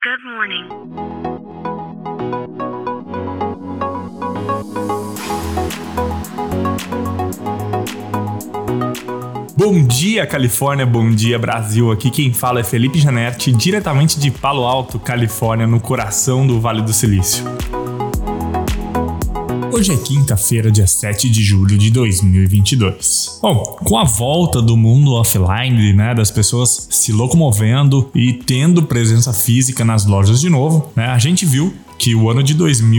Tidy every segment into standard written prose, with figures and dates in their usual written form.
Good morning. Bom dia, Califórnia, bom dia, Brasil. Aqui quem fala é Felipe Janetti, diretamente de Palo Alto, Califórnia, no coração do Vale do Silício. Hoje é quinta-feira, dia 7 de julho de 2022. Bom, com a volta do mundo offline, das pessoas se locomovendo e tendo presença física nas lojas de novo, a gente viu que o ano de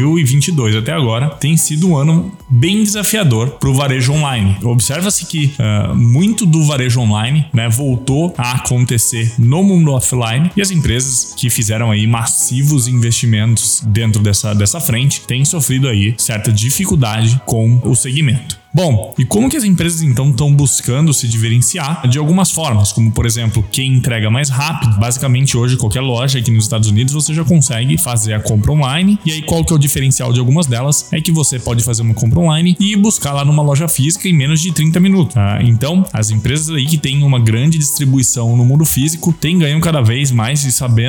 2022 até agora tem sido um ano bem desafiador para o varejo online. Observa-se que muito do varejo online voltou a acontecer no mundo offline, e as empresas que fizeram aí massivos investimentos dentro dessa frente têm sofrido aí certa dificuldade com o segmento. Bom, e como que as empresas então estão buscando se diferenciar? De algumas formas, como por exemplo, quem entrega mais rápido. Basicamente hoje qualquer loja aqui nos Estados Unidos você já consegue fazer a compra online, e aí qual que é o diferencial de algumas delas? É que você pode fazer uma compra online e buscar lá numa loja física em menos de 30 minutos. Então, as empresas aí que têm uma grande distribuição no mundo físico ganham cada vez mais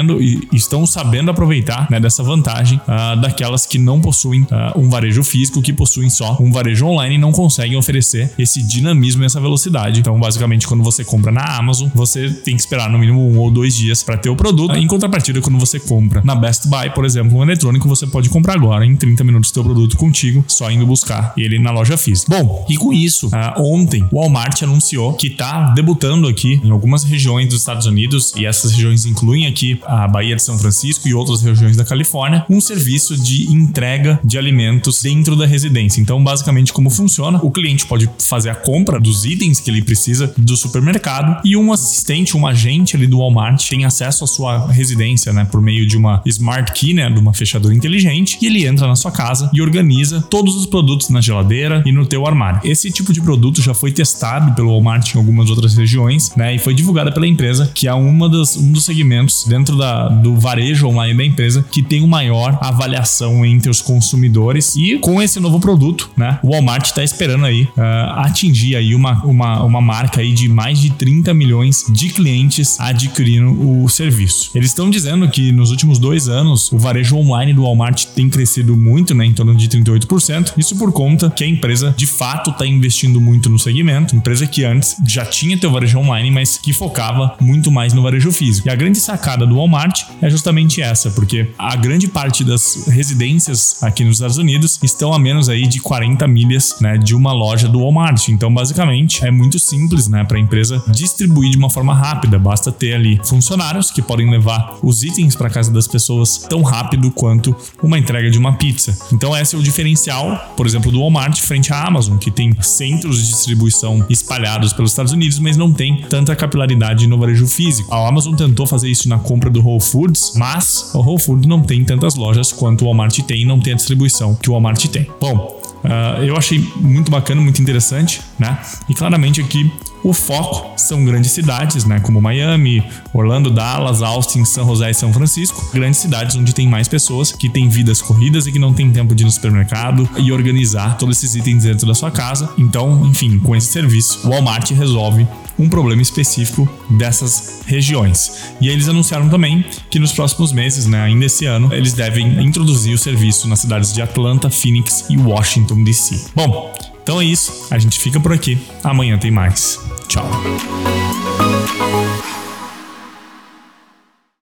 e estão sabendo aproveitar dessa vantagem daquelas que não possuem um varejo físico, que possuem só um varejo online e não conseguem oferecer esse dinamismo e essa velocidade. Então, basicamente, quando você compra na Amazon, você tem que esperar no mínimo 1 ou 2 dias para ter o produto. Em contrapartida, quando você compra na Best Buy, por exemplo, um eletrônico, você pode comprar agora, em 30 minutos, ter o produto contigo, só indo buscar ele na loja física. Bom, e com isso, ontem, o Walmart anunciou que está debutando aqui em algumas regiões dos Estados Unidos, e essas regiões incluem aqui a Baía de São Francisco e outras regiões da Califórnia, um serviço de entrega de alimentos dentro da residência. Então, basicamente, como funciona? O cliente pode fazer a compra dos itens que ele precisa do supermercado, e um assistente, um agente ali do Walmart tem acesso à sua residência, por meio de uma Smart Key, de uma fechadura inteligente, e ele entra na sua casa e organiza todos os produtos na geladeira e no teu armário. Esse tipo de produto já foi testado pelo Walmart em algumas outras regiões, e foi divulgada pela empresa que é um dos segmentos dentro do varejo online da empresa que tem uma maior avaliação entre os consumidores. E com esse novo produto, o Walmart está esperando aí atingir aí uma marca aí de mais de 30 milhões de clientes adquirindo o serviço. Eles estão dizendo que nos últimos 2 anos o varejo online do Walmart tem crescido muito, em torno de 38%. Isso por conta que a empresa de fato está investindo muito no segmento, empresa que antes já tinha teu varejo online, mas que focava muito mais no varejo físico. E a grande sacada do Walmart é justamente essa, porque a grande parte das residências aqui nos Estados Unidos estão a menos aí de 40 milhas, de uma loja do Walmart. Então, basicamente, é muito simples, para a empresa distribuir de uma forma rápida. Basta ter ali funcionários que podem levar os itens para casa das pessoas tão rápido quanto uma entrega de uma pizza. Então, esse é o diferencial, por exemplo, do Walmart frente à Amazon, que tem centros de distribuição espalhados pelos Estados Unidos, mas não tem tanta capilaridade no varejo físico. A Amazon tentou fazer isso na compra do Whole Foods, mas o Whole Foods não tem tantas lojas quanto o Walmart tem e não tem a distribuição que o Walmart tem. Bom, eu achei muito bacana, muito interessante, E claramente aqui o foco são grandes cidades, como Miami, Orlando, Dallas, Austin, São José e São Francisco. Grandes cidades onde tem mais pessoas que têm vidas corridas e que não tem tempo de ir no supermercado e organizar todos esses itens dentro da sua casa. Então, enfim, com esse serviço, o Walmart resolve um problema específico dessas regiões. E aí eles anunciaram também que nos próximos meses, ainda esse ano, eles devem introduzir o serviço nas cidades de Atlanta, Phoenix e Washington DC. Bom, então é isso. A gente fica por aqui. Amanhã tem mais. Tchau.